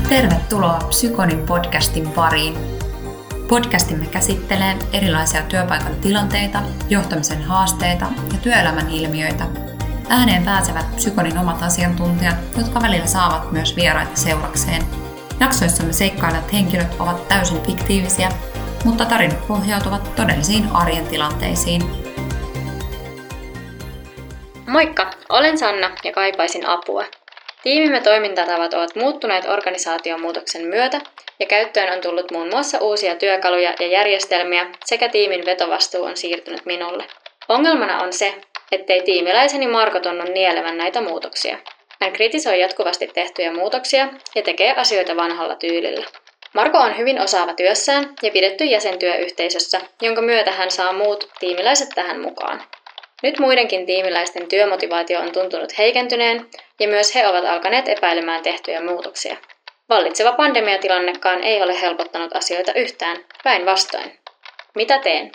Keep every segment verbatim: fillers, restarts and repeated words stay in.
Tervetuloa Psykonin podcastin pariin. Podcastimme käsittelee erilaisia työpaikan tilanteita, johtamisen haasteita ja työelämän ilmiöitä. Ääneen pääsevät Psykonin omat asiantuntijat, jotka välillä saavat myös vieraita seurakseen. Jaksoissamme seikkailevat henkilöt ovat täysin fiktiivisiä, mutta tarinat pohjautuvat todellisiin arjen tilanteisiin. Moikka, olen Sanna ja kaipaisin apua. Tiimimme toimintatavat ovat muuttuneet organisaatiomuutoksen myötä ja käyttöön on tullut muun muassa uusia työkaluja ja järjestelmiä sekä tiimin vetovastuu on siirtynyt minulle. Ongelmana on se, ettei tiimiläiseni Marko tunnu nielevän näitä muutoksia. Hän kritisoi jatkuvasti tehtyjä muutoksia ja tekee asioita vanhalla tyylillä. Marko on hyvin osaava työssään ja pidetty jäsen työyhteisössä, jonka myötä hän saa muut tiimiläiset tähän mukaan. Nyt muidenkin tiimiläisten työmotivaatio on tuntunut heikentyneen ja myös he ovat alkaneet epäilemään tehtyjä muutoksia. Vallitseva pandemiatilannekaan ei ole helpottanut asioita yhtään, päinvastoin. Mitä teen?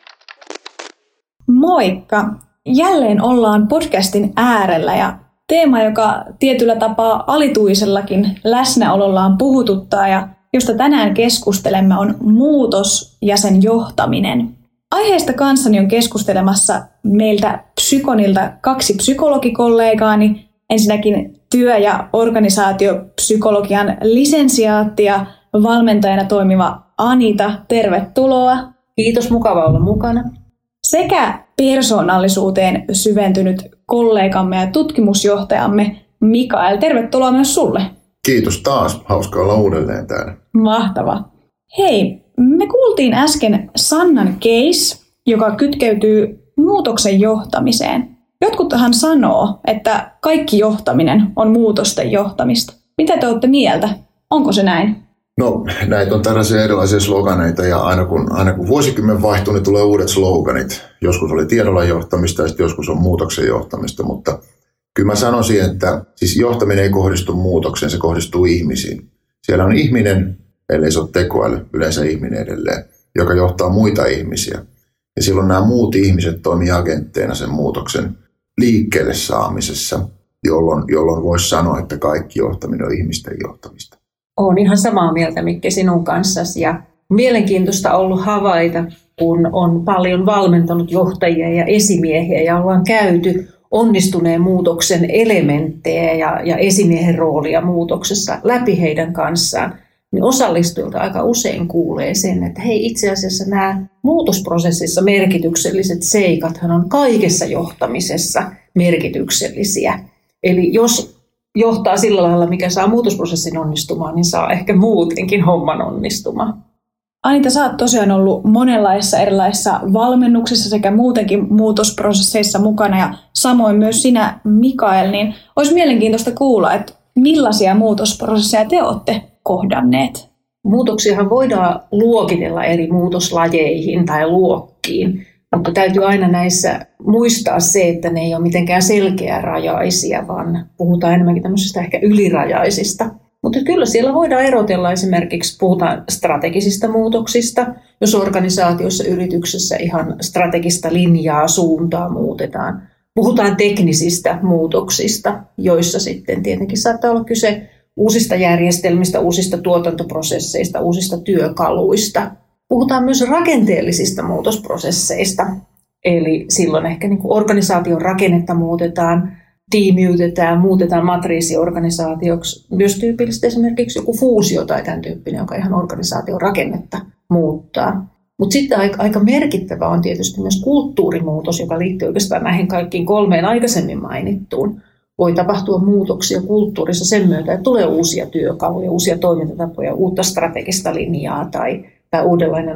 Moikka! Jälleen ollaan podcastin äärellä ja teema, joka tietyllä tapaa alituisellakin läsnäolollaan puhututtaa ja josta tänään keskustelemme, on muutos ja sen johtaminen. Aiheesta kanssani on keskustelemassa meiltä Psykonilta kaksi psykologikollegaani. Ensinnäkin työ- ja organisaatiopsykologian lisensiaatti ja valmentajana toimiva Anita. Tervetuloa. Kiitos, mukava olla mukana. Sekä persoonallisuuteen syventynyt kollegamme ja tutkimusjohtajamme Mikael. Tervetuloa myös sulle. Kiitos taas. Hauska olla uudelleen täällä. Mahtava. Hei, me kuultiin äsken Sannan case, joka kytkeytyy muutoksen johtamiseen. Jotkuthan sanoo, että kaikki johtaminen on muutosten johtamista. Mitä te olette mieltä? Onko se näin? No, näitä on tällaisia erilaisia sloganeita ja aina kun, aina kun vuosikymmen vaihtuu, niin tulee uudet sloganit. Joskus oli tiedolla johtamista ja sitten joskus on muutoksen johtamista, mutta kyllä mä sanoisin, että siis johtaminen ei kohdistu muutokseen, se kohdistuu ihmisiin. Siellä on ihminen, ellei se ole tekoäly, yleensä ihminen edelleen, joka johtaa muita ihmisiä. Ja silloin nämä muut ihmiset toimii agentteina sen muutoksen liikkeelle saamisessa, jolloin, jolloin voisi sanoa, että kaikki johtaminen on ihmisten johtamista. Olen ihan samaa mieltä, Mikke, sinun kanssasi. Ja mielenkiintoista ollut havaita, kun on paljon valmentanut johtajia ja esimiehiä ja ollaan käyty onnistuneen muutoksen elementtejä ja, ja esimiehen roolia muutoksessa läpi heidän kanssaan, niin osallistujilta aika usein kuulee sen, että hei, itse asiassa nämä muutosprosessissa merkitykselliset seikathan on kaikessa johtamisessa merkityksellisiä. Eli jos johtaa sillä lailla, mikä saa muutosprosessin onnistumaan, niin saa ehkä muutenkin homman onnistumaan. Anita, sä oot tosiaan ollut monenlaisissa erilaisissa valmennuksissa sekä muutenkin muutosprosesseissa mukana ja samoin myös sinä, Mikael, niin olisi mielenkiintoista kuulla, että millaisia muutosprosesseja te olette kohdanneet? Muutoksiahan voidaan luokitella eri muutoslajeihin tai luokkiin, mutta täytyy aina näissä muistaa se, että ne ei ole mitenkään selkeärajaisia, vaan puhutaan enemmänkin tämmöisistä ehkä ylirajaisista. Mutta kyllä siellä voidaan erotella esimerkiksi, puhutaan strategisista muutoksista, jos organisaatiossa, yrityksessä ihan strategista linjaa, suuntaa muutetaan. Puhutaan teknisistä muutoksista, joissa sitten tietenkin saattaa olla kyse uusista järjestelmistä, uusista tuotantoprosesseista, uusista työkaluista. Puhutaan myös rakenteellisista muutosprosesseista, eli silloin ehkä niin kuin organisaation rakennetta muutetaan, tiimiytetään, muutetaan matriisiorganisaatioksi. Myös tyypillisesti esimerkiksi joku fuusio tai tämän tyyppinen, joka ihan organisaation rakennetta muuttaa. Mutta sitten aika, aika merkittävä on tietysti myös kulttuurimuutos, joka liittyy oikeastaan näihin kaikkiin kolmeen aikaisemmin mainittuun. Voi tapahtua muutoksia kulttuurissa sen myötä, että tulee uusia työkaluja, uusia toimintatapoja, uutta strategista linjaa tai, tai uudenlainen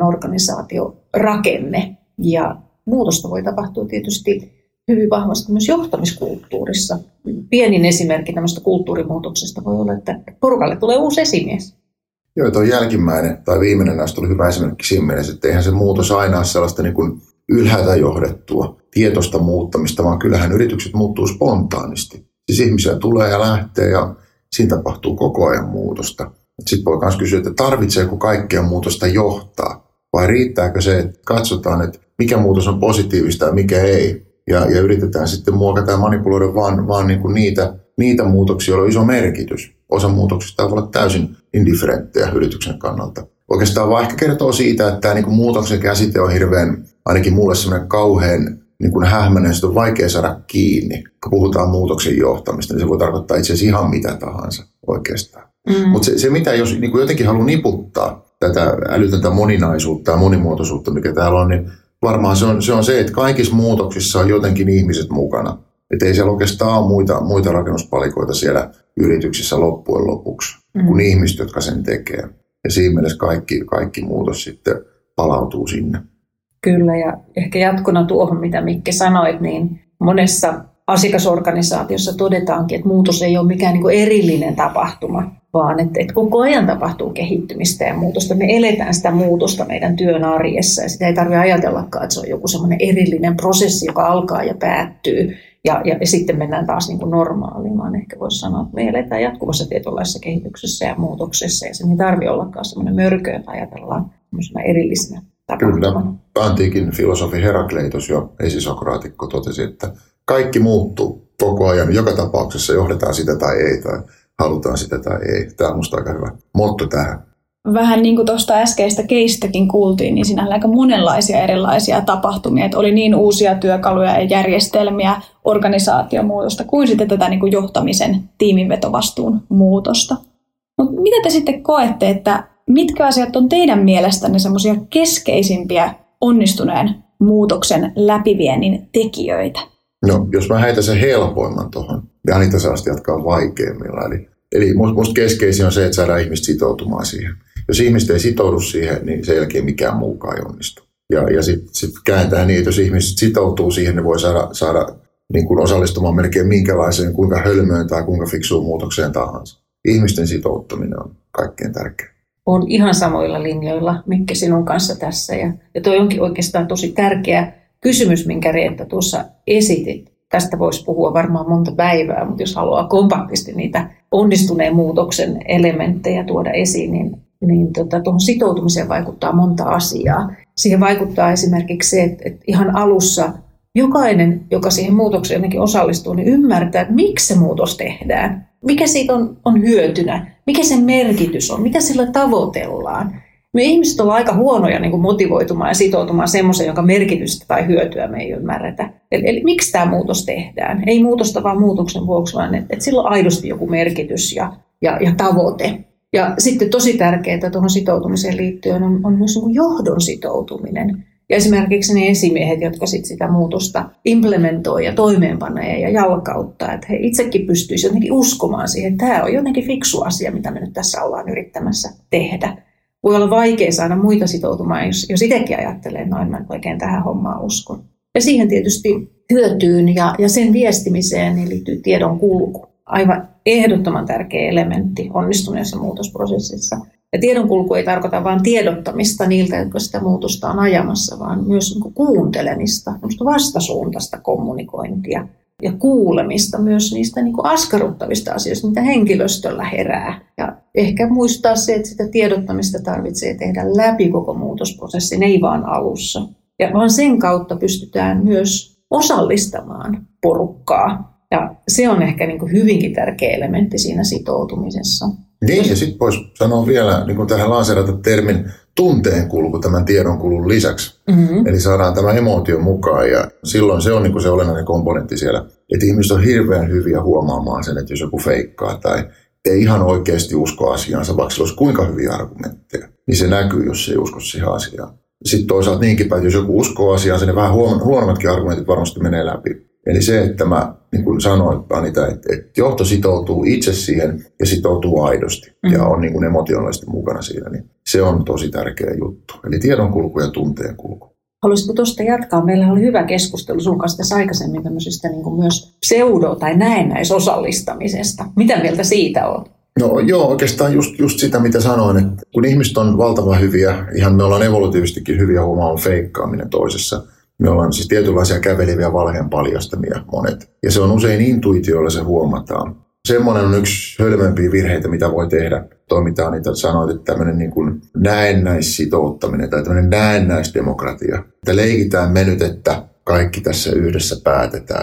organisaatiorakenne. Ja muutosta voi tapahtua tietysti hyvin vahvasti myös johtamiskulttuurissa. Pienin esimerkki tämmöistä kulttuurimuutoksesta voi olla, että porukalle tulee uusi esimies. Joo, tuo jälkimmäinen tai viimeinen näistä oli hyvä esimerkki siinä mielessä, että eihän se muutos aina ole sellaista niin kuin ylhäältä johdettua tietoista muuttamista, vaan kyllähän yritykset muuttuu spontaanisti. Siis ihmisiä tulee ja lähtee ja siinä tapahtuu koko ajan muutosta. Sitten voi myös kysyä, että tarvitseeko kaikkea muutosta johtaa vai riittääkö se, että katsotaan, että mikä muutos on positiivista ja mikä ei. Ja, ja yritetään sitten muokata ja manipuloida vaan, vaan niin kuin niitä niitä muutoksia, joilla on iso merkitys. Osa muutoksista voi olla täysin indifferenttejä yrityksen kannalta. Oikeastaan vaan ehkä kertoo siitä, että tämä niin kuin muutoksen käsite on hirveän, ainakin mulle semmoinen kauhean niin kuin hähmäinen, sitä on vaikea saada kiinni. Kun puhutaan muutoksen johtamista, niin se voi tarkoittaa itse asiassa ihan mitä tahansa oikeastaan. Mm. Mutta se, se, mitä jos niin kuin jotenkin haluaa niputtaa tätä älytöntä moninaisuutta ja monimuotoisuutta, mikä täällä on, niin varmaan se on se, on se että kaikissa muutoksissa on jotenkin ihmiset mukana. Että ei siellä oikeastaan ole muita, muita rakennuspalikoita siellä yrityksissä loppujen lopuksi mm. kuin ihmiset, jotka sen tekee. Ja siinä mielessä kaikki, kaikki muutos sitten palautuu sinne. Kyllä, ja ehkä jatkona tuohon, mitä Mikke sanoit, niin monessa asiakasorganisaatiossa todetaankin, että muutos ei ole mikään niin kuin erillinen tapahtuma, vaan että, että koko ajan tapahtuu kehittymistä ja muutosta. Me eletään sitä muutosta meidän työn arjessa, ja sitä ei tarvitse ajatellakaan, että se on joku semmoinen erillinen prosessi, joka alkaa ja päättyy, ja, ja, ja sitten mennään taas niin kuin normaaliin, vaan ehkä voisi sanoa, että me eletään jatkuvassa tietynlaisessa kehityksessä ja muutoksessa, ja se ei tarvitse ollakaan semmoinen mörkö, jota ajatellaan semmoisena erillisenä. Kyllä. Antiikin filosofi Herakleitos jo esisokraatikko totesi, että kaikki muuttuu koko ajan. Joka tapauksessa johdetaan sitä tai ei, tai halutaan sitä tai ei. Tämä on minusta aika hyvä motto tähän. Vähän niin kuin tuosta äskeistä keistäkin kuultiin, niin siinä on aika monenlaisia erilaisia tapahtumia. Että oli niin uusia työkaluja ja järjestelmiä, organisaatiomuutosta, kuin sitten tätä niin kuin johtamisen tiiminvetovastuun muutosta. Mutta mitä te sitten koette, että mitkä asiat on teidän mielestänne semmoisia keskeisimpiä onnistuneen muutoksen läpiviennin tekijöitä? No, jos mä heitän sen helpoimman tuohon, ja Anita saa sitten jatkaa vaikeimmilla. Eli, eli musta keskeisin on se, että saadaan ihmiset sitoutumaan siihen. Jos ihmiset ei sitoudu siihen, niin sen jälkeen mikään muukaan ei onnistu. Ja, ja sitten sit kääntää niin, että jos ihmiset sitoutuu siihen, ne voi saada, saada niin kuin osallistumaan melkein minkälaiseen, kuinka hölmöön tai kuinka fiksuun muutokseen tahansa. Ihmisten sitouttaminen on kaikkein tärkeää. Olen ihan samoilla linjoilla, Mikke, sinun kanssa tässä. Ja, ja toi onkin oikeastaan tosi tärkeä kysymys, minkä Reetta tuossa esitit. Tästä voisi puhua varmaan monta päivää, mutta jos haluaa kompaktisti niitä onnistuneen muutoksen elementtejä tuoda esiin, niin, niin tota, tuohon sitoutumiseen vaikuttaa monta asiaa. Siihen vaikuttaa esimerkiksi se, että, että ihan alussa jokainen, joka siihen muutokseen jotenkin osallistuu, niin ymmärtää, että miksi se muutos tehdään. Mikä siitä on, on hyötynä, mikä sen merkitys on, mitä sillä tavoitellaan. Me ihmiset ollaan aika huonoja niin kuin motivoitumaan ja sitoutumaan semmoiseen, jonka merkitystä tai hyötyä me ei ymmärretä. Eli, eli miksi tämä muutos tehdään? Ei muutosta vaan muutoksen vuoksi, vaan että, että sillä on aidosti joku merkitys ja, ja, ja tavoite. Ja sitten tosi tärkeää tuohon sitoutumiseen liittyen on, on myös niin kuin johdon sitoutuminen. Ja esimerkiksi ne esimiehet, jotka sit sitä muutosta implementoi ja toimeenpanee ja jalkauttaa, että he itsekin pystyisivät jotenkin uskomaan siihen, että tämä on jotenkin fiksu asia, mitä me nyt tässä ollaan yrittämässä tehdä. Voi olla vaikea saada muita sitoutumaan, jos, jos itsekin ajattelee, että noin mä oikein tähän hommaan uskon. Ja siihen tietysti hyötyyn ja, ja sen viestimiseen niin liittyy tiedon kulku. Aivan ehdottoman tärkeä elementti onnistuneessa muutosprosessissa. Ja tiedonkulku ei tarkoita vain tiedottamista niiltä, jotka sitä muutosta on ajamassa, vaan myös niin kuin kuuntelemista, vastasuuntaista kommunikointia ja kuulemista myös niistä niin kuin askarruttavista asioista, mitä henkilöstöllä herää. Ja ehkä muistaa se, että sitä tiedottamista tarvitsee tehdä läpi koko muutosprosessin, ei vaan alussa. Ja vaan sen kautta pystytään myös osallistamaan porukkaa. Ja se on ehkä niin kuin hyvinkin tärkeä elementti siinä sitoutumisessa. Niin, ja sitten voisi sanoa vielä, niin kuin tähän lanseerata termin tunteenkulku tämän tiedonkulun lisäksi. Mm-hmm. Eli saadaan tämä emootio mukaan, ja silloin se on niin kuin se olennainen komponentti siellä. Että ihmiset on hirveän hyviä huomaamaan sen, että jos joku feikkaa tai ei ihan oikeasti usko asiaansa, vaikka sillä olisi kuinka hyviä argumentteja, niin se näkyy, jos se ei usko siihen asiaan. Sitten toisaalta niinkin päin, että jos joku uskoo asiaansa, niin vähän huonommatkin argumentit varmasti menee läpi. Eli se, että mä niin kuin sanoin, Anita, että, että johto sitoutuu itse siihen ja sitoutuu aidosti mm. ja on niin kuin emotionaalisesti mukana siinä, niin se on tosi tärkeä juttu. Eli tiedonkulku ja tunteenkulku. Haluaisitko tuosta jatkaa? Meillä oli hyvä keskustelu sun kanssa tässä aikaisemmin tämmöisestä niin kuin myös pseudo- tai näennäisosallistamisesta. Mitä mieltä siitä on? No joo, oikeastaan just, just sitä, mitä sanoin, että kun ihmiset on valtavan hyviä, ihan me ollaan evolutiivisestikin hyviä huomaamaan feikkaaminen toisessa. Me ollaan siis tietynlaisia käveleviä valheen paljastamia monet. Ja se on usein intuitiolla se huomataan. Semmoinen on yksi hölmömpiä virheitä, mitä voi tehdä. Toimitaan niitä, sanoit, että tämmöinen niin kuin näennäissitouttaminen tai tämmöinen näennäisdemokratia. Että leikitään me nyt, että kaikki tässä yhdessä päätetään ja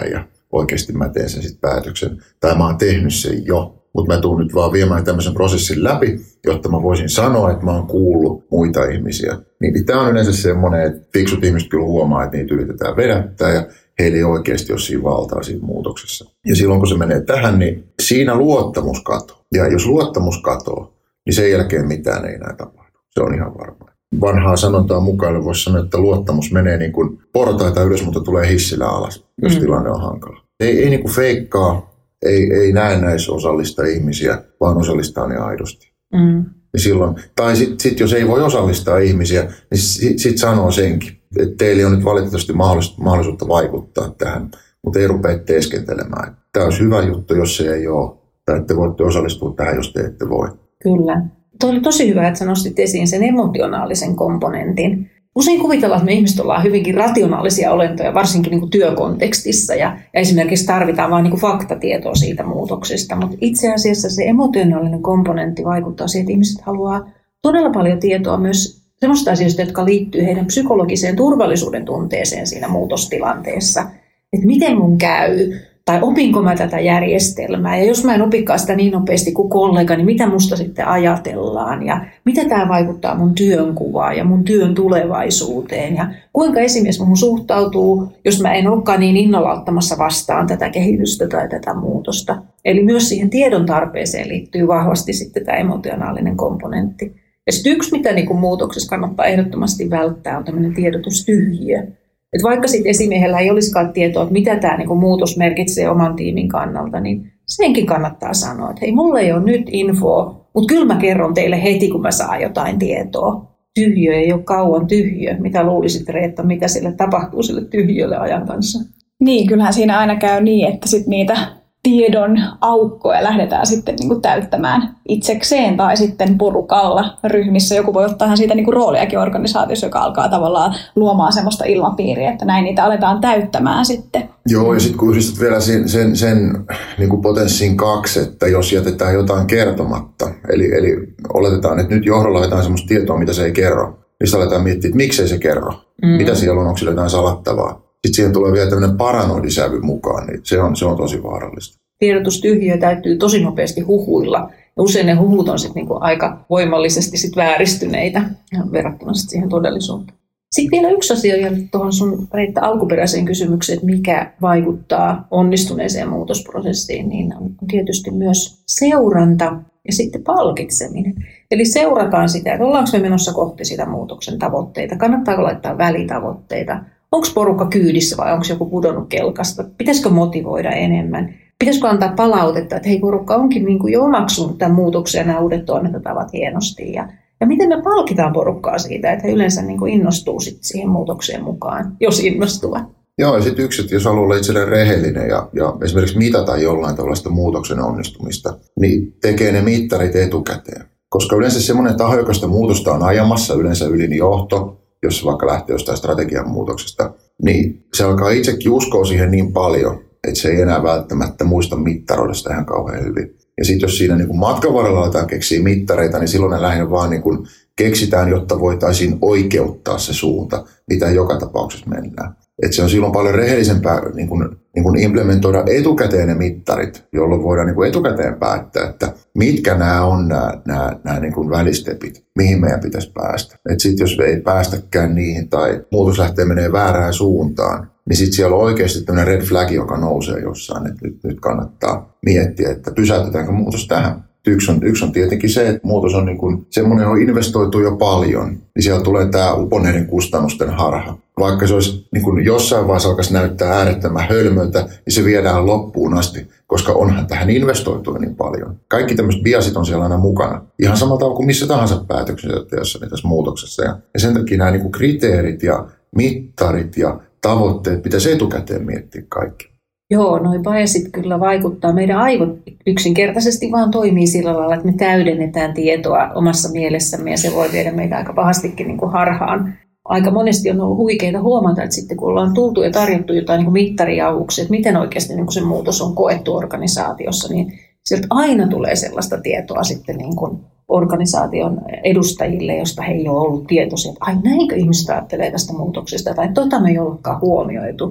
oikeasti mä teen sen sitten päätöksen. Tai mä oon tehnyt sen jo. Mutta mä tuun nyt vaan viemään tämmöisen prosessin läpi, jotta mä voisin sanoa, että mä oon kuullut muita ihmisiä. Niin tämä on yleensä semmoinen, että fiksut ihmiset kyllä huomaa, että niitä yritetään vedättää ja heillä ei oikeasti ole siinä valtaa siinä muutoksessa. Ja silloin kun se menee tähän, niin siinä luottamus katoo. Ja jos luottamus katoo, niin sen jälkeen mitään ei enää tapahdu. Se on ihan varma. Vanhaa sanontaa mukaan voisi sanoa, että luottamus menee niin kuin portaita ylös, mutta tulee hissillä alas, jos mm. tilanne on hankala. Ei, ei niin kuin feikkaa. Ei, ei näe näissä osallista ihmisiä, vaan osallistaa ne aidosti. Mm. Ja silloin, tai sitten sit, jos ei voi osallistaa ihmisiä, niin sitten sit sanoo senkin. Että teillä on nyt valitettavasti mahdollisuutta vaikuttaa tähän, mutta ei rupea teeskentelemään. Tämä olisi hyvä juttu, jos se ei ole. Tai että voitte osallistua tähän, jos te ette voi. Kyllä. Tuo oli tosi hyvä, että sä nostit esiin sen emotionaalisen komponentin. Usein kuvitellaan, että me ihmiset ollaan hyvinkin rationaalisia olentoja, varsinkin niin kuin työkontekstissa, ja, ja esimerkiksi tarvitaan vain niin kuin faktatietoa siitä muutoksesta, mutta itse asiassa se emotionaalinen komponentti vaikuttaa siihen, että ihmiset haluaa todella paljon tietoa myös sellaista asioista, jotka liittyy heidän psykologiseen turvallisuuden tunteeseen siinä muutostilanteessa, että miten mun käy, tai opinko mä tätä järjestelmää, ja jos mä en opikaan sitä niin nopeasti kuin kollega, niin mitä musta sitten ajatellaan, ja mitä tämä vaikuttaa mun työnkuvaan ja mun työn tulevaisuuteen, ja kuinka esimies mun suhtautuu, jos mä en olekaan niin innolla ottamassa vastaan tätä kehitystä tai tätä muutosta. Eli myös siihen tiedon tarpeeseen liittyy vahvasti sitten tämä emotionaalinen komponentti. Ja sitten yksi, mitä niin kuin muutoksessa kannattaa ehdottomasti välttää, on tämmöinen tiedotustyhjiö. Et vaikka sitten esimiehellä ei olisikaan tietoa, että mitä tämä niinku muutos merkitsee oman tiimin kannalta, niin senkin kannattaa sanoa, että hei, mulla ei ole nyt infoa, mutta kyllä mä kerron teille heti, kun mä saan jotain tietoa. Tyhjö ei ole kauan tyhjö. Mitä luulisit, Reetta, mitä sille tapahtuu sille tyhjölle ajan kanssa? Niin, kyllähän siinä aina käy niin, että sit niitä tiedon aukkoja lähdetään sitten niin kuin täyttämään itsekseen tai sitten porukalla ryhmissä. Joku voi ottaa siitä niin kuin rooliakin organisaatiossa, joka alkaa tavallaan luomaan semmoista ilmapiiriä, että näin niitä aletaan täyttämään sitten. Joo, ja sitten kun yhdistät vielä sen, sen, sen niin kuin potenssiin kaksi, että jos jätetään jotain kertomatta, eli, eli oletetaan, että nyt johdolla laitetaan semmoista tietoa, mitä se ei kerro, niin sitten aletaan miettiä, että miksei se kerro, mm. mitä siellä on, onko sillä jotain salattavaa. Sitten siihen tulee vielä tämmöinen paranoidisävy mukaan, niin se on, se on tosi vaarallista. Tiedotustyhjiö täytyy tosi nopeasti huhuilla. Ja usein ne huhut on sitten niinku aika voimallisesti sit vääristyneitä verrattuna sit siihen todellisuuteen. Sitten vielä yksi asia vielä tuohon sun Reetta alkuperäiseen kysymykseen, että mikä vaikuttaa onnistuneeseen muutosprosessiin, niin on tietysti myös seuranta ja sitten palkitseminen. Eli seurataan sitä, että ollaanko me menossa kohti sitä muutoksen tavoitteita, kannattaako laittaa välitavoitteita, onko porukka kyydissä vai onko joku pudonnut kelkasta, pitäisikö motivoida enemmän, pitäisikö antaa palautetta, että hei, porukka onkin niin kuin jo omaksunut tämän muutoksen ja nämä uudet toimintatavat hienosti. Ja, ja miten me palkitaan porukkaa siitä, että he yleensä niin kuin innostuu sit siihen muutokseen mukaan, jos innostuvat. Joo, ja sitten yksi, että jos haluaa olla itselleen rehellinen ja, ja esimerkiksi mitata jollain tavalla sitä muutoksen onnistumista, niin tekee ne mittarit etukäteen. Koska yleensä semmoinen taho, joka sitä muutosta on ajamassa, yleensä ylin johto, jos vaikka lähtee jostain strategian muutoksesta, niin se alkaa itsekin uskoa siihen niin paljon, että se ei enää välttämättä muista mittaroida sitä ihan kauhean hyvin. Ja sitten jos siinä niin kuin matkan varrella aletaan keksiä mittareita, niin silloin ne lähinnä vaan niin kuin keksitään, jotta voitaisiin oikeuttaa se suunta, mitä joka tapauksessa mennään. Että se on silloin paljon rehellisempää niin kuin, niin kuin implementoida etukäteen ne mittarit, jolloin voidaan niin kuin etukäteen päättää, että mitkä nämä on nämä, nämä, nämä niin kuin välistepit, mihin meidän pitäisi päästä. Että sitten jos ei päästäkään niihin tai muutos lähtee menee väärään suuntaan, niin sitten siellä on oikeasti tämmöinen red flag, joka nousee jossain, että nyt, nyt kannattaa miettiä, että pysäytetäänkö muutos tähän. Yksi on, yksi on tietenkin se, että muutos on niin kuin, semmoinen, on investoitu jo paljon, niin siellä tulee tämä uponeiden kustannusten harha. Vaikka se olisi niin kuin jossain vaiheessa alkaisi näyttää äärettömän hölmöltä, niin se viedään loppuun asti, koska onhan tähän investoitu niin paljon. Kaikki tämmöiset biasit on siellä aina mukana. Ihan samalla tavalla kuin missä tahansa päätöksenteossa niin tässä muutoksessa. Ja, ja sen takia nämä niin kuin kriteerit ja mittarit ja tavoitteet pitäisi etukäteen miettiä kaikki. Joo, noi biasit kyllä vaikuttaa. Meidän aivot yksinkertaisesti vaan toimii sillä lailla, että me täydennetään tietoa omassa mielessämme ja se voi viedä meitä aika pahastikin niin kuin harhaan. Aika monesti on ollut huikeita huomata, että sitten kun ollaan tultu ja tarjottu jotain niin kuin mittariavuksi, että miten oikeasti niin kuin se muutos on koettu organisaatiossa, niin sieltä aina tulee sellaista tietoa sitten niin kuin organisaation edustajille, josta he ei ole ollut tietoisia, että ai näinkö ihmiset ajattelee tästä muutoksesta tai tota me ei ollutkaan huomioitu.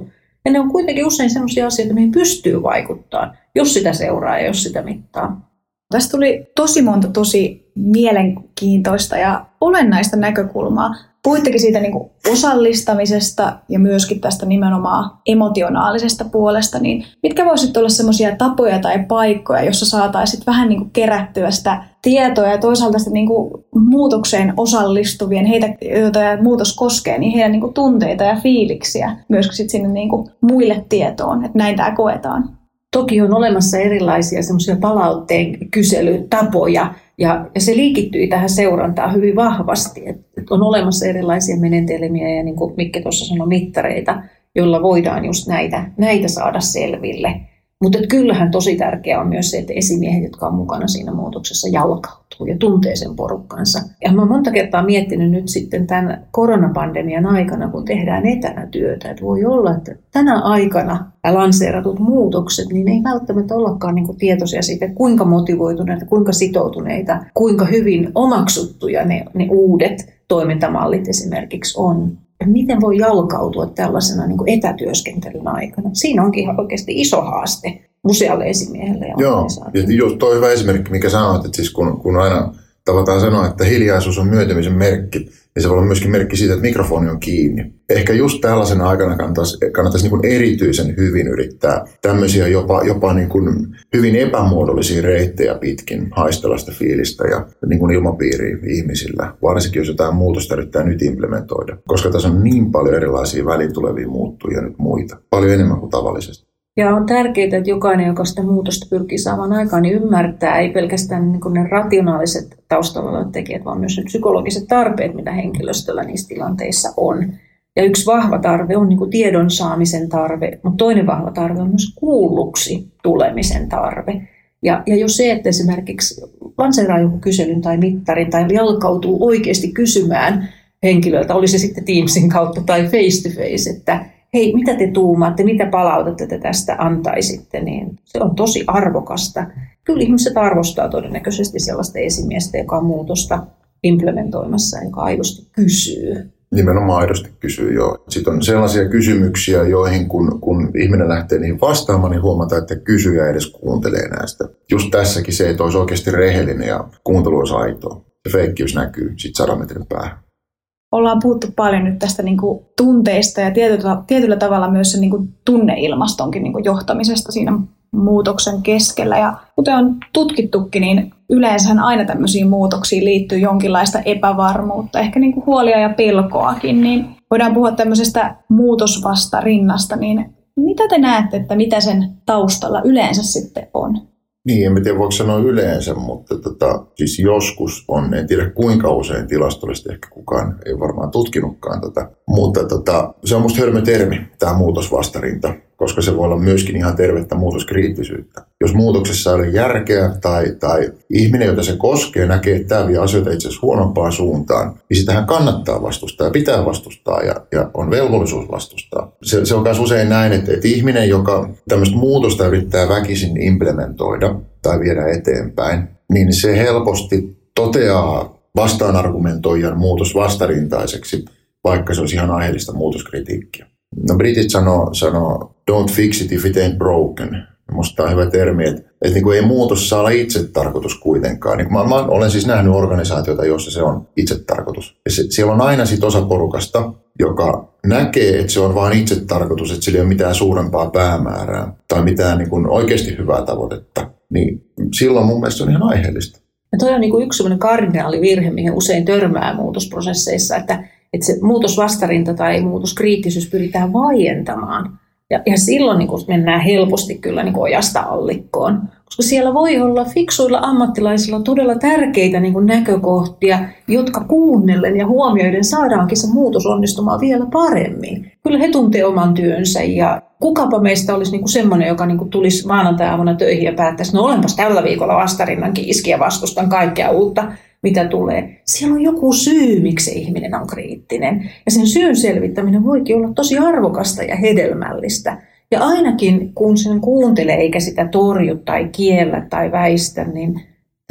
Ja ne on kuitenkin usein sellaisia asioita, mihin pystyy vaikuttamaan, jos sitä seuraa ja jos sitä mittaa. Tästä tuli tosi monta tosi mielenkiintoista ja olennaista näkökulmaa. Puhuittekin siitä niin kuin osallistamisesta ja myöskin tästä nimenomaan emotionaalisesta puolesta. Niin mitkä voisivat olla sellaisia tapoja tai paikkoja, jossa saataisiin vähän niin kuin kerättyä sitä tietoa ja toisaalta sitä niin kuin muutokseen osallistuvien, heitä, joita muutos koskee, niin heidän niin kuin tunteita ja fiiliksiä myöskin sit sinne niin kuin muille tietoon, että näin tämä koetaan. Toki on olemassa erilaisia semmoisia palautteen kyselytapoja, ja, ja se liikittyi tähän seurantaan hyvin vahvasti. Et, et on olemassa erilaisia menetelmiä ja niin kuin Mikke tuossa sanoi, mittareita, joilla voidaan just näitä, näitä saada selville. Mutta kyllähän tosi tärkeää on myös se, että esimiehet, jotka on mukana siinä muutoksessa, jalkautuu ja tuntee sen porukkansa. Ja mä oon monta kertaa miettinyt nyt sitten tämän koronapandemian aikana, kun tehdään etänä työtä, että voi olla, että tänä aikana lanseeratut muutokset, niin ei välttämättä ollakaan niin kuin tietoisia siitä, kuinka motivoituneita, kuinka sitoutuneita, kuinka hyvin omaksuttuja ne, ne uudet toimintamallit esimerkiksi on. Miten voi jalkautua tällaisena niin kuin etätyöskentelyn aikana? Siinä onkin oikeasti iso haaste usealle esimiehelle ja organisaatiolle. Joo, ja tuo on hyvä esimerkki, mikä sanoit, että siis kun, kun aina tavataan sanoa, että hiljaisuus on myötymisen merkki, niin se voi olla myöskin merkki siitä, että mikrofoni on kiinni. Ehkä just tällaisena aikana kannattaisi, kannattaisi niin kuin erityisen hyvin yrittää tämmöisiä jopa, jopa niin kuin hyvin epämuodollisia reittejä pitkin haistella sitä fiilistä ja niin kuin ilmapiiriä ihmisillä, varsinkin jos jotain muutosta yrittää nyt implementoida. Koska tässä on niin paljon erilaisia väliin tulevia muuttujia nyt muita, paljon enemmän kuin tavallisesti. Ja on tärkeää, että jokainen, joka sitä muutosta pyrkii saamaan aikaan, niin ymmärtää ei pelkästään niin kuin ne rationaaliset taustalla olevat tekijät, vaan myös ne psykologiset tarpeet, mitä henkilöstöllä niissä tilanteissa on. Ja yksi vahva tarve on niin kuin tiedon saamisen tarve, mutta toinen vahva tarve on myös kuulluksi tulemisen tarve. Ja, ja jos se, että esimerkiksi lanseeraa joku kyselyn tai mittarin tai jalkautuu oikeasti kysymään henkilöltä, oli se sitten Teamsin kautta tai face to face, että hei, mitä te tuumaatte, mitä palautetta te tästä antaisitte, niin se on tosi arvokasta. Kyllä ihmiset arvostaa todennäköisesti sellaista esimiestä, joka on muutosta implementoimassa, joka aidosti kysyy. Nimenomaan aidosti kysyy, joo. Sitten on sellaisia kysymyksiä, joihin kun, kun ihminen lähtee niihin vastaamaan, niin huomataan, että kysyjä edes kuuntelee näistä. Just tässäkin se, että olisi oikeasti rehellinen ja kuuntelu olisi aitoa. Se feikkiys näkyy sitten sadan metrin päähän. Ollaan puhuttu paljon nyt tästä niin kuin tunteista ja tietyllä, tietyllä tavalla myös sen niin kuin tunneilmastonkin niin kuin johtamisesta siinä muutoksen keskellä. Ja kuten on tutkittukin, niin yleensähän aina tämmöisiin muutoksiin liittyy jonkinlaista epävarmuutta, ehkä niin kuin huolia ja pelkoakin. Niin voidaan puhua tämmöisestä muutosvastarinnasta, niin mitä te näette, että mitä sen taustalla yleensä sitten on? Niin, en tiedä voiko sanoa yleensä, mutta tota, siis joskus on, en tiedä kuinka usein tilastollisesti, ehkä kukaan ei varmaan tutkinutkaan tätä, mutta tota, se on musta hölmö termi, tämä muutosvastarinta, koska se voi olla myöskin ihan tervettä muutoskriittisyyttä. Jos muutoksessa ei ole järkeä tai, tai ihminen, jota se koskee, näkee, että tämä vie asioita itse asiassa huonompaan suuntaan, niin sitähän kannattaa vastustaa ja pitää vastustaa ja, ja on velvollisuus vastustaa. Se, se on myös usein näin, että, että ihminen, joka tämmöistä muutosta yrittää väkisin implementoida tai viedä eteenpäin, niin se helposti toteaa vastaanargumentoijan muutosvastarintaiseksi, vaikka se olisi ihan aiheellista muutoskritiikkiä. No britit sanoo, sanoo don't fix it if it ain't broken. Musta on hyvä termi, että, että niin kuin ei muutos saa olla itse tarkoitus kuitenkaan. Niin mä, mä olen siis nähnyt organisaatioita, joissa se on itse tarkoitus. Ja se, siellä on aina sit osa porukasta, joka näkee, että se on vain itse tarkoitus, että sillä ei ole mitään suurempaa päämäärää tai mitään niin kuin oikeasti hyvää tavoitetta. Niin silloin mun mielestä se on ihan aiheellista. Ja toi on niin kuin yksi sellainen kardinaalivirhe, mihin usein törmää muutosprosesseissa, että että se muutosvastarinta tai muutoskriittisyys pyritään vaientamaan. Ja, ja silloin niin kun mennään helposti kyllä niin kun ojasta allikkoon. Koska siellä voi olla fiksuilla ammattilaisilla todella tärkeitä niin kun näkökohtia, jotka kuunnellen ja huomioiden saadaankin se muutos onnistumaan vielä paremmin. Kyllä he tuntee oman työnsä ja kukapa meistä olisi niin kuin semmoinen, joka niin kuin tulisi maanantai-aamuna töihin ja päättäisi, no olenpas tällä viikolla vastarinnan kiiski ja vastustan kaikkea uutta, mitä tulee. Siellä on joku syy, miksi se ihminen on kriittinen. Ja sen syyn selvittäminen voikin olla tosi arvokasta ja hedelmällistä. Ja ainakin kun sen kuuntelee eikä sitä torju tai kiellä tai väistä, niin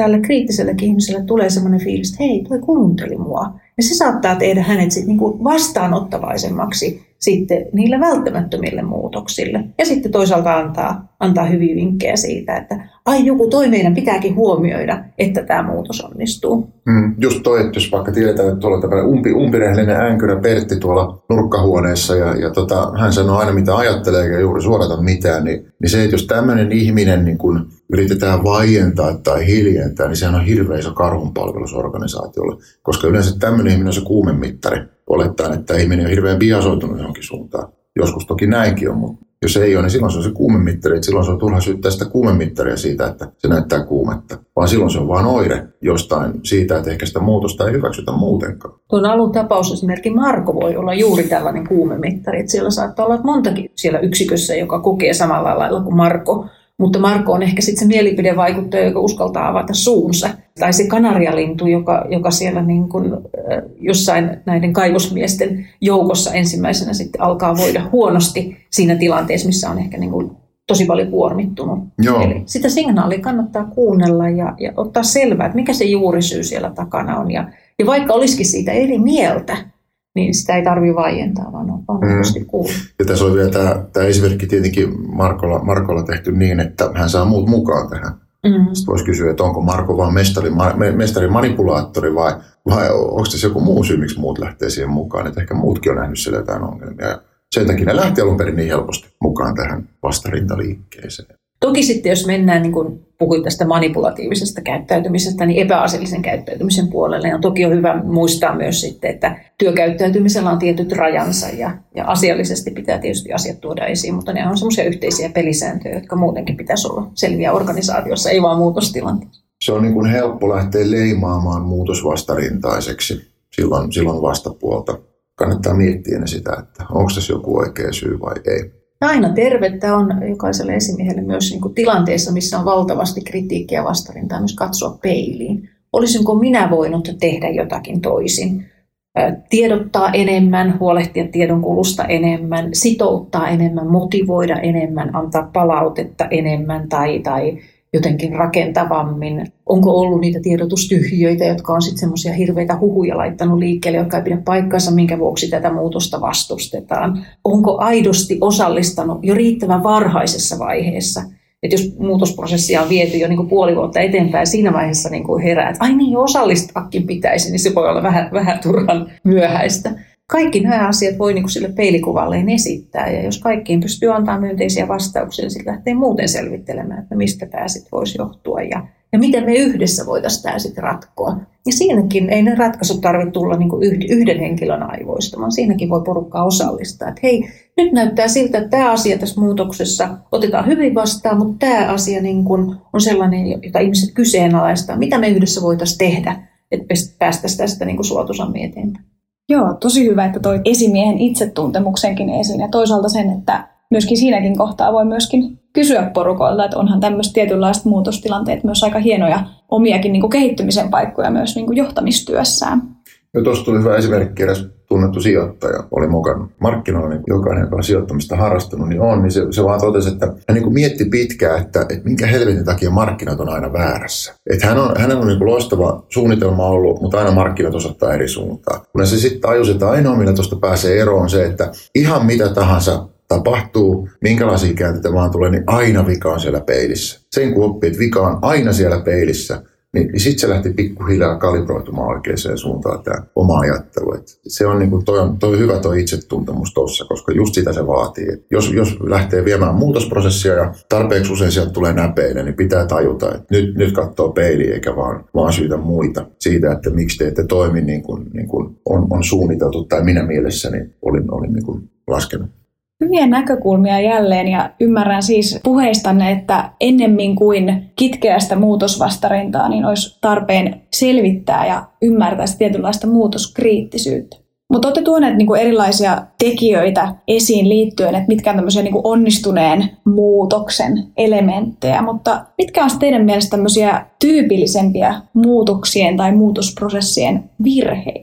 tälle kriittisellekin ihmiselle tulee sellainen fiilis, että hei, toi kuunteli mua. Ja se saattaa tehdä hänet sit niinku vastaanottavaisemmaksi sitten niille välttämättömille muutoksille. Ja sitten toisaalta antaa, antaa hyviä vinkkejä siitä, että ai joku toi meidän pitääkin huomioida, että tämä muutos onnistuu. Mm, just toi, että jos vaikka tiedetään, että tuolla on tämmöinen umpi, umpirehellinen änkyrä Pertti tuolla nurkkahuoneessa ja, ja tota, hän sanoo aina mitä ajattelee eikä juuri suorata mitään, niin, niin se, että jos tämmöinen ihminen niin kun yritetään vaientaa tai hiljentää, niin sehän on hirveän iso karhunpalvelusorganisaatiolle, koska yleensä tämmöinen ihminen on se kuumemittari. Olettaen, että ihminen on hirveän biasoitunut johonkin suuntaan. Joskus toki näinkin on, mutta jos ei ole, niin silloin se on se kuumemittari. Että silloin se on turha syyttää sitä kuumemittaria siitä, että se näyttää kuumetta. Vaan silloin se on vain oire jostain siitä, että ehkä sitä muutosta ei hyväksytä muutenkaan. Tuon alun tapaus esimerkiksi Marko voi olla juuri tällainen kuumemittari. Että siellä saattaa olla montakin siellä yksikössä, joka kokee samalla lailla kuin Marko. Mutta Marko on ehkä sitten se mielipidevaikuttaja, joka uskaltaa avata suunsa. Tai se kanarialintu, joka, joka siellä niin kuin, äh, jossain näiden kaivosmiesten joukossa ensimmäisenä sitten alkaa voida huonosti siinä tilanteessa, missä on ehkä niin kuin tosi paljon kuormittunut. Joo. Eli sitä signaalia kannattaa kuunnella ja, ja ottaa selvää, että mikä se juurisyy siellä takana on. Ja, ja vaikka olisikin siitä eri mieltä, niin sitä ei tarvitse vaientaa, vaan on varmasti mm. kuulla. Ja tässä on vielä tämä, tämä esimerkki tietenkin Markolla, Markolla tehty niin, että hän saa muut mukaan tähän. Mm. Sitten voisi kysyä, että onko Marko vaan mestari, mestari manipulaattori vai, vai onko tässä joku muu syy, miksi muut lähtee siihen mukaan. Että ehkä muutkin on nähnyt siellä jotain ongelmia. Ja sen takia ne lähti alun perin niin helposti mukaan tähän vastarintaliikkeeseen. Toki sitten, jos mennään, niin kuin puhuit tästä manipulatiivisesta käyttäytymisestä, niin epäasiallisen käyttäytymisen puolelle. Ja toki on hyvä muistaa myös sitten, että työkäyttäytymisellä on tietyt rajansa ja, ja asiallisesti pitää tietysti asiat tuoda esiin, mutta ne on semmoisia yhteisiä pelisääntöjä, jotka muutenkin pitäisi olla selviä organisaatiossa, ei vaan muutostilanteessa. Se on niin kuin helppo lähteä leimaamaan muutosvastarintaiseksi silloin, silloin vastapuolta. Kannattaa miettiä ennen sitä, että onko tässä joku oikea syy vai ei. Aina tervettä on jokaiselle esimiehelle myös niin kuin tilanteessa, missä on valtavasti kritiikkiä ja vastarintaa, myös katsoa peiliin. Olisinko minä voinut tehdä jotakin toisin? Tiedottaa enemmän, huolehtia tiedonkulusta enemmän, sitouttaa enemmän, motivoida enemmän, antaa palautetta enemmän tai, tai jotenkin rakentavammin. Onko ollut niitä tiedotustyhjiöitä, jotka on sitten semmoisia hirveitä huhuja laittanut liikkeelle, jotka ei pidä paikkansa, minkä vuoksi tätä muutosta vastustetaan? Onko aidosti osallistanut jo riittävän varhaisessa vaiheessa? Että jos muutosprosessia on viety jo niin kuin puoli vuotta eteenpäin, siinä vaiheessa niin kuin herää, että ai niin, osallistaakin pitäisi, niin se voi olla vähän, vähän turhan myöhäistä. Kaikki nämä asiat voi niin kuin sille peilikuvalleen esittää, ja jos kaikkiin pystyy antamaan myönteisiä vastauksia, niin sitten lähtee muuten selvittelemään, että mistä tämä sitten voisi johtua ja, ja miten me yhdessä voitaisiin tämä sitten ratkoa. Ja siinäkin ei ne ratkaisut tarvitse tulla niin kuin yhden henkilön aivoista, vaan siinäkin voi porukkaa osallistaa, että hei, nyt näyttää siltä, että tämä asia tässä muutoksessa otetaan hyvin vastaan, mutta tämä asia niin kuin on sellainen, jota ihmiset kyseenalaistaa, mitä me yhdessä voitaisiin tehdä, että päästäisiin tästä niin kuin suotuisammin eteenpäin. Joo, tosi hyvä, että toi esimiehen itsetuntemuksenkin esiin ja toisaalta sen, että myöskin siinäkin kohtaa voi myöskin kysyä porukoilta, että onhan tämmöiset tietynlaiset muutostilanteet myös aika hienoja omiakin niin kuin kehittymisen paikkoja myös niin kuin johtamistyössään. Ja tuossa tuli hyvä esimerkki, edes tunnettu sijoittaja oli mukana markkinoilla, niin jokainen, joka on sijoittamista harrastanut, niin on, niin se, se vaan totesi, että hän niin kuin mietti pitkään, että, että minkä helvetin takia markkinat on aina väärässä. Että hän on, hänellä on niin kuin loistava suunnitelma ollut, mutta aina markkinat osoittaa eri suuntaan. Kun se sitten tajusi, että ainoa, millä tuosta pääsee eroon, on se, että ihan mitä tahansa tapahtuu, minkälaisia käänteitä vaan tulee, niin aina vika on siellä peilissä. Sen kun oppii, että vika on aina siellä peilissä, niin, niin sitten se lähti pikkuhiljaa kalibroitumaan oikeaan suuntaan tämä oma ajattelu. Et se on, niin kuin, toi on toi hyvä toi itsetuntemus tuossa, koska just sitä se vaatii. Et jos, jos lähtee viemään muutosprosessia ja tarpeeksi usein sieltä tulee näpeille, niin pitää tajuta, että nyt, nyt katsoo peiliin eikä vaan, vaan syytä muita siitä, että miksi te ette toimi niin kuin, niin kuin on, on suunniteltu tai minä mielessäni olin, olin niin kuin laskenut. Hyviä näkökulmia jälleen ja ymmärrän siis puheistanne, että ennemmin kuin kitkeästä muutosvastarintaa, niin olisi tarpeen selvittää ja ymmärtää tietynlaista muutoskriittisyyttä. Mutta olette tuoneet niinku erilaisia tekijöitä esiin liittyen, että mitkä on tämmöisiä niinku onnistuneen muutoksen elementtejä, mutta mitkä on teidän mielestä tämmöisiä tyypillisempiä muutoksien tai muutosprosessien virheitä?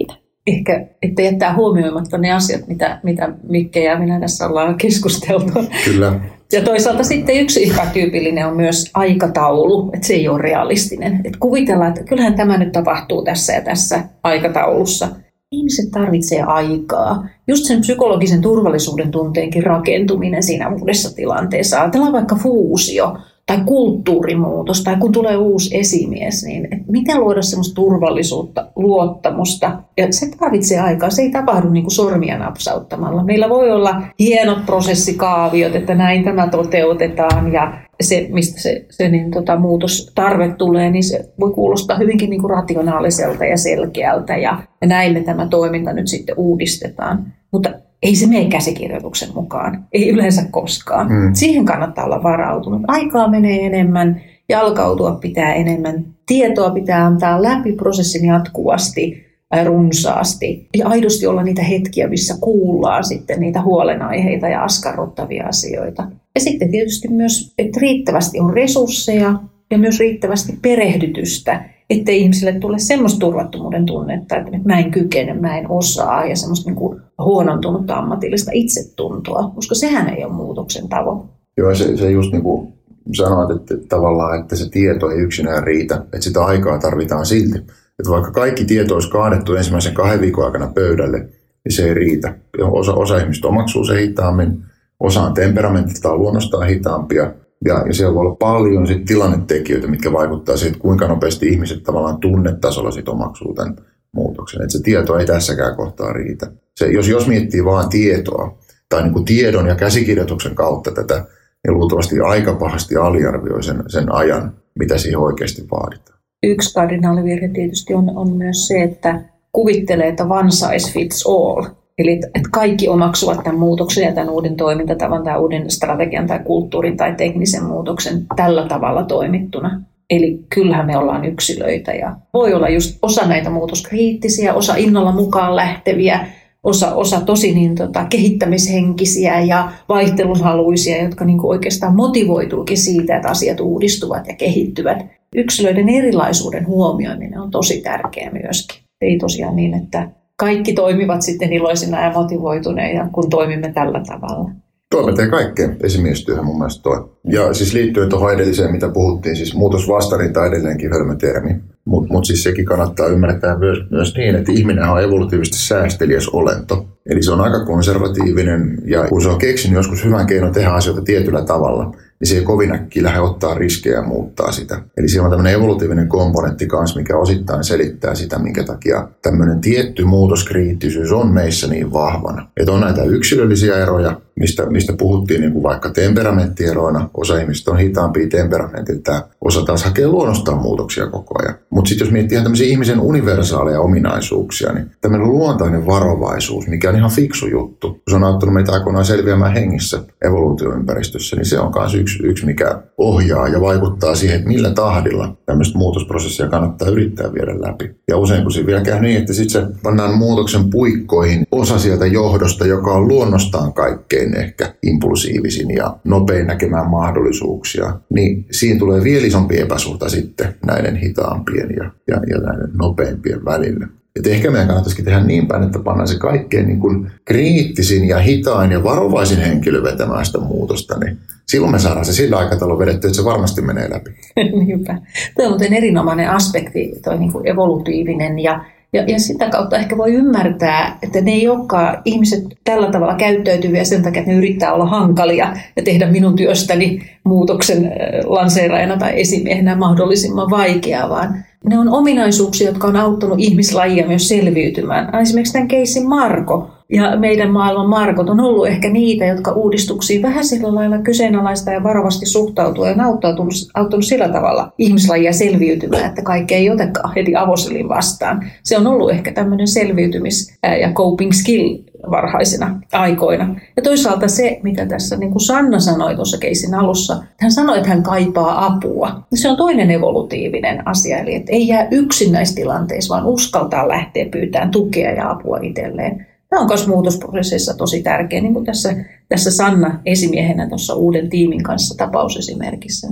ehkä, että jättää huomioimatta ne asiat, mitä, mitä Mikke ja minä tässä ollaan keskusteltu. Kyllä. Ja toisaalta sitten yksi epätyypillinen on myös aikataulu, että se ei ole realistinen. Että kuvitellaan, että kyllähän tämä nyt tapahtuu tässä ja tässä aikataulussa. Ihmiset tarvitsee aikaa. Just sen psykologisen turvallisuuden tunteenkin rakentuminen siinä uudessa tilanteessa. Ajatellaan vaikka fuusio tai kulttuurimuutos tai kun tulee uusi esimies, niin miten luoda semmoista turvallisuutta, luottamusta. Ja se tarvitsee aikaa. Se ei tapahdu niin kuin sormia napsauttamalla. Meillä voi olla hienot prosessikaaviot, että näin tämä toteutetaan ja se, mistä se, se niin, tota, muutostarve tulee, niin se voi kuulostaa hyvinkin niin kuin rationaaliselta ja selkeältä ja, ja näin me tämä toiminta nyt sitten uudistetaan. Mutta ei se mene käsikirjoituksen mukaan, ei yleensä koskaan. Mm. Siihen kannattaa olla varautunut. Aikaa menee enemmän, jalkautua pitää enemmän, tietoa pitää antaa läpi prosessin jatkuvasti, runsaasti. Ja aidosti olla niitä hetkiä, missä kuullaan sitten niitä huolenaiheita ja askarruttavia asioita. Ja sitten tietysti myös, että riittävästi on resursseja ja myös riittävästi perehdytystä, ettei ihmisille tule semmoista turvattomuuden tunnetta, että mä en kykene, mä en osaa ja semmoista niin kuin huonontunutta ammatillista itsetuntoa, koska sehän ei ole muutoksen tavoite. Joo, se, se just niin kuin sanoit, että tavallaan, että se tieto ei yksinään riitä, että sitä aikaa tarvitaan silti. Että vaikka kaikki tieto olisi kaadettu ensimmäisen kahden viikon aikana pöydälle, niin se ei riitä. Osa, osa ihmistä omaksuu se hitaammin, osa on temperamentiltaan luonnostaan hitaampia. Ja, ja siellä voi olla paljon sit tilannetekijöitä, mitkä vaikuttaa siihen, että kuinka nopeasti ihmiset tavallaan tunnetasolla sit omaksuu tämän muutoksen. Että se tieto ei tässäkään kohtaa riitä. Se, jos, jos miettii vaan tietoa tai niin kuin tiedon ja käsikirjoituksen kautta tätä, niin luultavasti aika pahasti aliarvioi sen, sen ajan, mitä siihen oikeasti vaaditaan. Yksi kardinaalivirhe tietysti on, on myös se, että kuvittelee, että one size fits all. Eli että kaikki omaksuvat tämän muutoksen ja tämän uuden toimintatavan tai uuden strategian tai kulttuurin tai teknisen muutoksen tällä tavalla toimittuna. Eli kyllähän me ollaan yksilöitä ja voi olla just osa näitä muutoskriittisiä, osa innolla mukaan lähteviä, osa, osa tosi niin, tota, kehittämishenkisiä ja vaihtelunhaluisia, jotka niin kuin oikeastaan motivoituukin siitä, että asiat uudistuvat ja kehittyvät. Yksilöiden erilaisuuden huomioiminen on tosi tärkeää myöskin. Ei tosiaan niin, että kaikki toimivat sitten iloisina ja motivoituneina, kun toimimme tällä tavalla. Tuo pätee kaikkeen esimiestyöhön mun mielestä toi. Ja siis liittyen tuohon edelliseen, mitä puhuttiin, siis muutosvastarinta edelleenkin hölmötermi. Mutta mut siis sekin kannattaa ymmärtää myös, myös niin, että ihminen on evolutiivisesti säästeliäs olento. Eli se on aika konservatiivinen ja kun se on keksinyt joskus hyvän keinon tehdä asioita tietyllä tavalla, niin se ei kovin äkkiä lähde ottaa riskejä ja muuttaa sitä. Eli siellä on tämmöinen evolutiivinen komponentti kanssa, mikä osittain selittää sitä, minkä takia tämmöinen tietty muutoskriittisyys on meissä niin vahvana. Että on näitä yksilöllisiä eroja, mistä, mistä puhuttiin niin kuin vaikka temperamenttieroina. Osa ihmistä on hitaampia temperamentilta, osa taas hakee luonnostaan muutoksia koko ajan. Mutta sitten jos miettii tämmöisiä ihmisen universaaleja ominaisuuksia, niin tämmöinen luontainen varovaisuus, mikä on ihan fiksu juttu, kun se on auttanut meitä aikoinaan selviämään hengissä evoluutioympäristössä, niin se on myös yksi, yksi, mikä ohjaa ja vaikuttaa siihen, että millä tahdilla tämmöistä muutosprosessia kannattaa yrittää viedä läpi. Ja usein kun se vielä käy niin, että sitten se pannaan muutoksen puikkoihin osa sieltä johdosta, joka on luonnostaan kaikkein ehkä impulsiivisin ja nopein näkemään mahdollisuuksia, niin siinä tulee vielä isompi epäsuhta sitten näiden hitaampien ja, ja, ja näiden nopeimpien välillä. Et ehkä meidän kannattaisikin tehdä niin päin, että pannaan se kaikkein niin kuin kriittisin ja hitain ja varovaisin henkilö vetämään sitä muutosta, niin silloin me saadaan se sillä aikataululla vedetty, että se varmasti menee läpi. Niinpä. Tuo on muuten erinomainen aspekti, tuo niin kuin evolutiivinen ja Ja, ja sitä kautta ehkä voi ymmärtää, että ne ei olekaan ihmiset tällä tavalla käyttäytyviä sen takia, että ne yrittää olla hankalia ja tehdä minun työstäni muutoksen lanseeraajana tai esimiehenä mahdollisimman vaikeaa, vaan ne on ominaisuuksia, jotka on auttanut ihmislajia myös selviytymään. Esimerkiksi tämän keissin Marko ja meidän maailman Markot on ollut ehkä niitä, jotka uudistuksiin vähän sillä lailla kyseenalaista ja varovasti suhtautua ja auttanut, auttanut sillä tavalla ihmislajia selviytymään, että kaikki ei otekaan heti avoselin vastaan. Se on ollut ehkä tämmöinen selviytymis- ja coping skill varhaisina aikoina. Ja toisaalta se, mitä tässä niin kuin Sanna sanoi tuossa keissin alussa, hän sanoi, että hän kaipaa apua. Se on toinen evolutiivinen asia, eli että ei jää yksin näissä tilanteissa, vaan uskaltaa lähteä pyytämään tukea ja apua itselleen. Tämä on myös muutosprosessissa tosi tärkeä, niin kuin tässä, tässä Sanna esimiehenä tuossa uuden tiimin kanssa tapausesimerkissä, niin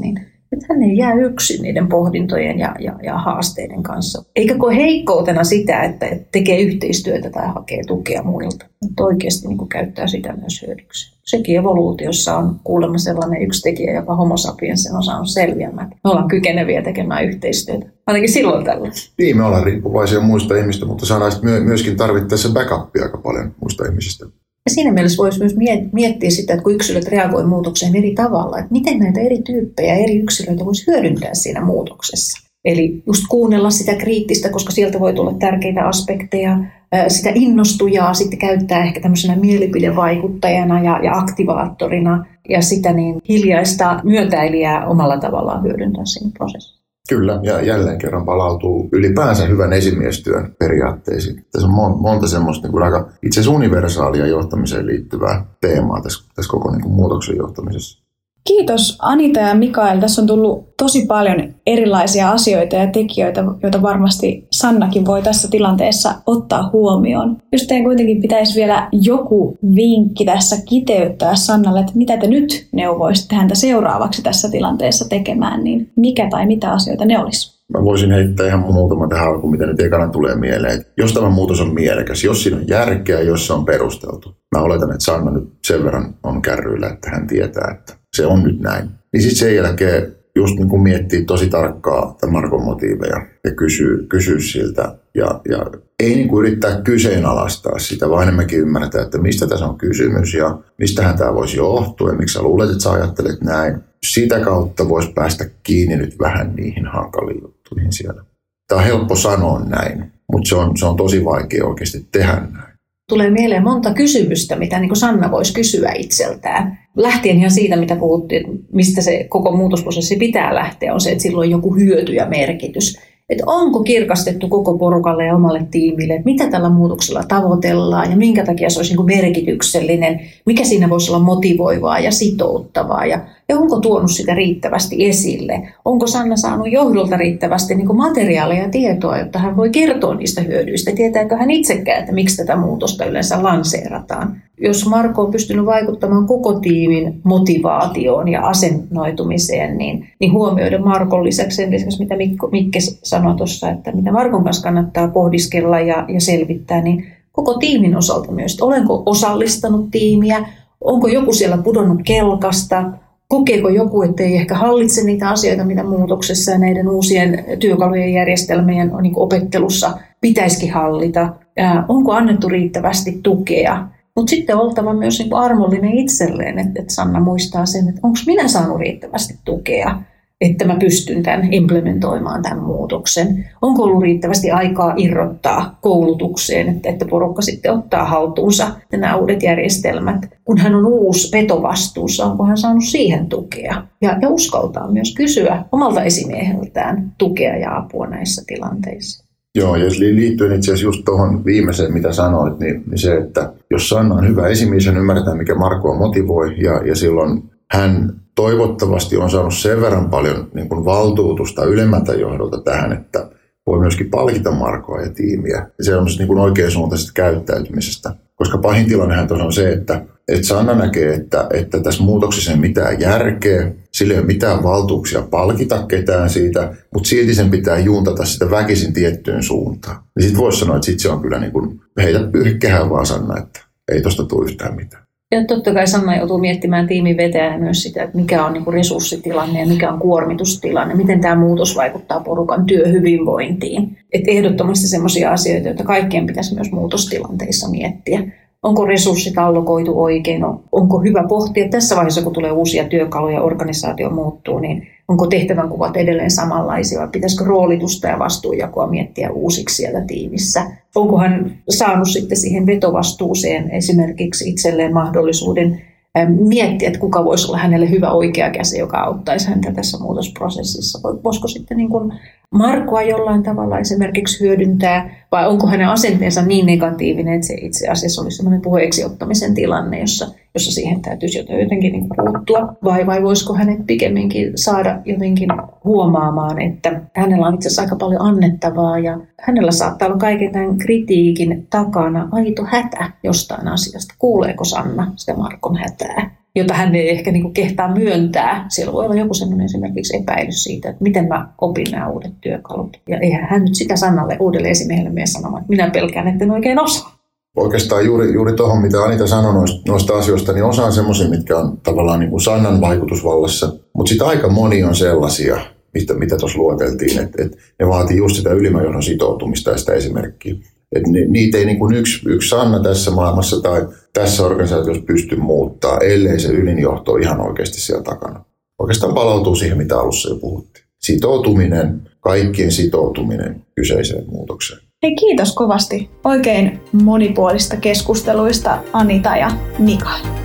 Että hän ei jää yksin niiden pohdintojen ja, ja, ja haasteiden kanssa. Eikä koe heikkoutena sitä, että tekee yhteistyötä tai hakee tukea muilta. Mutta oikeasti niin kuin käyttää sitä myös hyödyksi. Sekin evoluutiossa on kuulemma sellainen yksi tekijä, joka homo sapiensin on saanut selviämään. Me ollaan kykeneviä tekemään yhteistyötä. Ainakin silloin tällä. Niin, me ollaan riippuvaisia muista ihmistä, mutta saadaan myöskin tarvittaessa backupia aika paljon muista ihmisistä. Ja siinä mielessä voisi myös miettiä sitä, että kun yksilöt reagoi muutokseen eri tavalla, että miten näitä eri tyyppejä ja eri yksilöitä voisi hyödyntää siinä muutoksessa. Eli just kuunnella sitä kriittistä, koska sieltä voi tulla tärkeitä aspekteja, sitä innostujaa sitten käyttää ehkä tämmöisenä mielipidevaikuttajana ja, ja aktivaattorina ja sitä niin hiljaista myötäilijää omalla tavallaan hyödyntää siinä prosessissa. Kyllä, ja jälleen kerran palautuu ylipäänsä hyvän esimiestyön periaatteisiin. Tässä on monta semmoista niin kuin aika itse asiassa universaalia johtamiseen liittyvää teemaa tässä, tässä koko niin kuin muutoksen johtamisessa. Kiitos Anita ja Mikael. Tässä on tullut tosi paljon erilaisia asioita ja tekijöitä, joita varmasti Sannakin voi tässä tilanteessa ottaa huomioon. Jos teidän kuitenkin pitäisi vielä joku vinkki tässä kiteyttää Sannalle, että mitä te nyt neuvoisitte häntä seuraavaksi tässä tilanteessa tekemään, niin mikä tai mitä asioita ne olisi? Mä voisin heittää ihan muutama tähän alkuun, mitä nyt ekana tulee mieleen. Jos tämä muutos on mielekäs, jos siinä on järkeä, jos se on perusteltu. Mä oletan, että Sanna nyt sen verran on kärryillä, että hän tietää, että se on nyt näin. Niin sitten sen jälkeen just niin kuin miettii tosi tarkkaa tämän Markon motiiveja ja kysyy, kysyy siltä. Ja, ja ei niin kuin yrittää kyseenalaistaa sitä, vaan enemmänkin ymmärtää, että mistä tässä on kysymys ja mistähän tämä voisi johtua ja miksi sä luulet, että sä ajattelet näin. Sitä kautta voisi päästä kiinni nyt vähän niihin hankaliin juttuihin siellä. Tämä on helppo sanoa näin, mutta se on, se on tosi vaikea oikeasti tehdä näin. Tulee mieleen monta kysymystä, mitä niin kuin Sanna voisi kysyä itseltään. Lähtien ihan siitä, mitä puhuttiin, mistä se koko muutosprosessi pitää lähteä, on se, että sillä on joku hyöty ja merkitys. Että onko kirkastettu koko porukalle ja omalle tiimille, että mitä tällä muutoksella tavoitellaan ja minkä takia se olisi niin kuin merkityksellinen, mikä siinä voisi olla motivoivaa ja sitouttavaa ja, ja onko tuonut sitä riittävästi esille. Onko Sanna saanut johdolta riittävästi niin kuin materiaalia ja tietoa, jotta hän voi kertoa niistä hyödyistä. Tietääkö hän itsekään, että miksi tätä muutosta yleensä lanseerataan. Jos Marko on pystynyt vaikuttamaan koko tiimin motivaatioon ja asennoitumiseen, niin, niin huomioida Markon lisäksi sen lisäksi, mitä Mikko, Mikke sanoi tuossa, että mitä Markon kanssa kannattaa pohdiskella ja, ja selvittää, niin koko tiimin osalta myös, että olenko osallistanut tiimiä, onko joku siellä pudonnut kelkasta, kokeeko joku, ettei ehkä hallitse niitä asioita, mitä muutoksessa ja näiden uusien työkalujen järjestelmien niin kuin opettelussa pitäisikin hallita, Ää, onko annettu riittävästi tukea. Mutta sitten on oltava myös niin kuin armollinen itselleen, että, että Sanna muistaa sen, että onko minä saanut riittävästi tukea, että mä pystyn tämän implementoimaan tämän muutoksen. Onko ollut riittävästi aikaa irrottaa koulutukseen, että, että porukka sitten ottaa haltuunsa nämä uudet järjestelmät. Kun hän on uusi vetovastuussa, onko hän saanut siihen tukea? Ja, ja uskaltaa myös kysyä omalta esimieheltään tukea ja apua näissä tilanteissa. Joo, ja liittyen itse asiassa just tuohon viimeiseen, mitä sanoit, niin, niin se, että jos Sanna on hyvä esimies, hän ymmärtää, mikä Markoa motivoi, ja, ja silloin hän toivottavasti on saanut sen verran paljon niin kuin valtuutusta ylemmältä johdolta tähän, että voi myöskin palkita Markoa ja tiimiä. Ja se on niin kuin oikeansuuntaisesta käyttäytymisestä. Koska pahin tilannehan on se, että, että Sanna näkee, että, että tässä muutoksessa ei mitään järkeä, sillä ei ole mitään valtuuksia palkita ketään siitä, mutta silti sen pitää juuntata sitä väkisin tiettyyn suuntaan. Ja sitten voisi sanoa, että sit se on kyllä niin kuin, heitä pyyhkkähän vaan Sanna, että ei tosta tule yhtään mitään. Ja totta kai Sanna joutuu miettimään tiimin vetäjänä myös sitä, että mikä on niin kuin resurssitilanne ja mikä on kuormitustilanne, miten tämä muutos vaikuttaa porukan työhyvinvointiin. Et ehdottomasti sellaisia asioita, joita kaikkien pitäisi myös muutostilanteissa miettiä. Onko resurssit allokoitu oikein? Onko hyvä pohtia tässä vaiheessa, kun tulee uusia työkaluja ja organisaatio muuttuu, niin onko tehtävänkuvat edelleen samanlaisia vai pitäisikö roolitusta ja vastuunjakoa miettiä uusiksi siellä tiimissä? Onko hän saanut sitten siihen vetovastuuseen esimerkiksi itselleen mahdollisuuden miettiä, että kuka voisi olla hänelle hyvä oikea käsi, joka auttaisi häntä tässä muutosprosessissa. Voisiko sitten niin kuin Markoa jollain tavalla esimerkiksi hyödyntää, vai onko hänen asenteensa niin negatiivinen, että se itse asiassa olisi sellainen puheeksi ottamisen tilanne, jossa, jossa siihen täytyisi jotenkin niin puuttua, vai, vai voisiko hänet pikemminkin saada jotenkin huomaamaan, että hänellä on itse asiassa aika paljon annettavaa, ja hänellä saattaa olla kaiken tämän kritiikin takana aito hätä jostain asiasta. Kuuleeko Sanna sitä Markon hätää? jota hän ei ehkä niin kuin kehtaa myöntää. Siellä voi olla joku sellainen esimerkiksi epäilys siitä, että miten mä opin nämä uudet työkalut. Ja eihän hän nyt sitä Sannalle uudelle esimiehelle mene sanomaan, että minä pelkään, että en oikein osaa. Oikeastaan juuri, juuri tuohon, mitä Anita sanoi noista, noista asioista, niin osa on semmoisia, mitkä on tavallaan niin kuin Sannan vaikutusvallassa. Mutta sitten aika moni on sellaisia, mitä, mitä tuossa lueteltiin, että, että ne vaatii just sitä ylimmän johdon sitoutumista ja sitä esimerkkiä. Että ni, niitä ei niin kuin yksi, yksi Sanna tässä maailmassa tai tässä organisaatiossa pysty muuttaa, ellei se ylinjohto ole ihan oikeasti siellä takana. Oikeastaan palautuu siihen, mitä alussa jo puhuttiin. Sitoutuminen, kaikkien sitoutuminen kyseiseen muutokseen. Hei, kiitos kovasti oikein monipuolista keskusteluista Anita ja Mikael.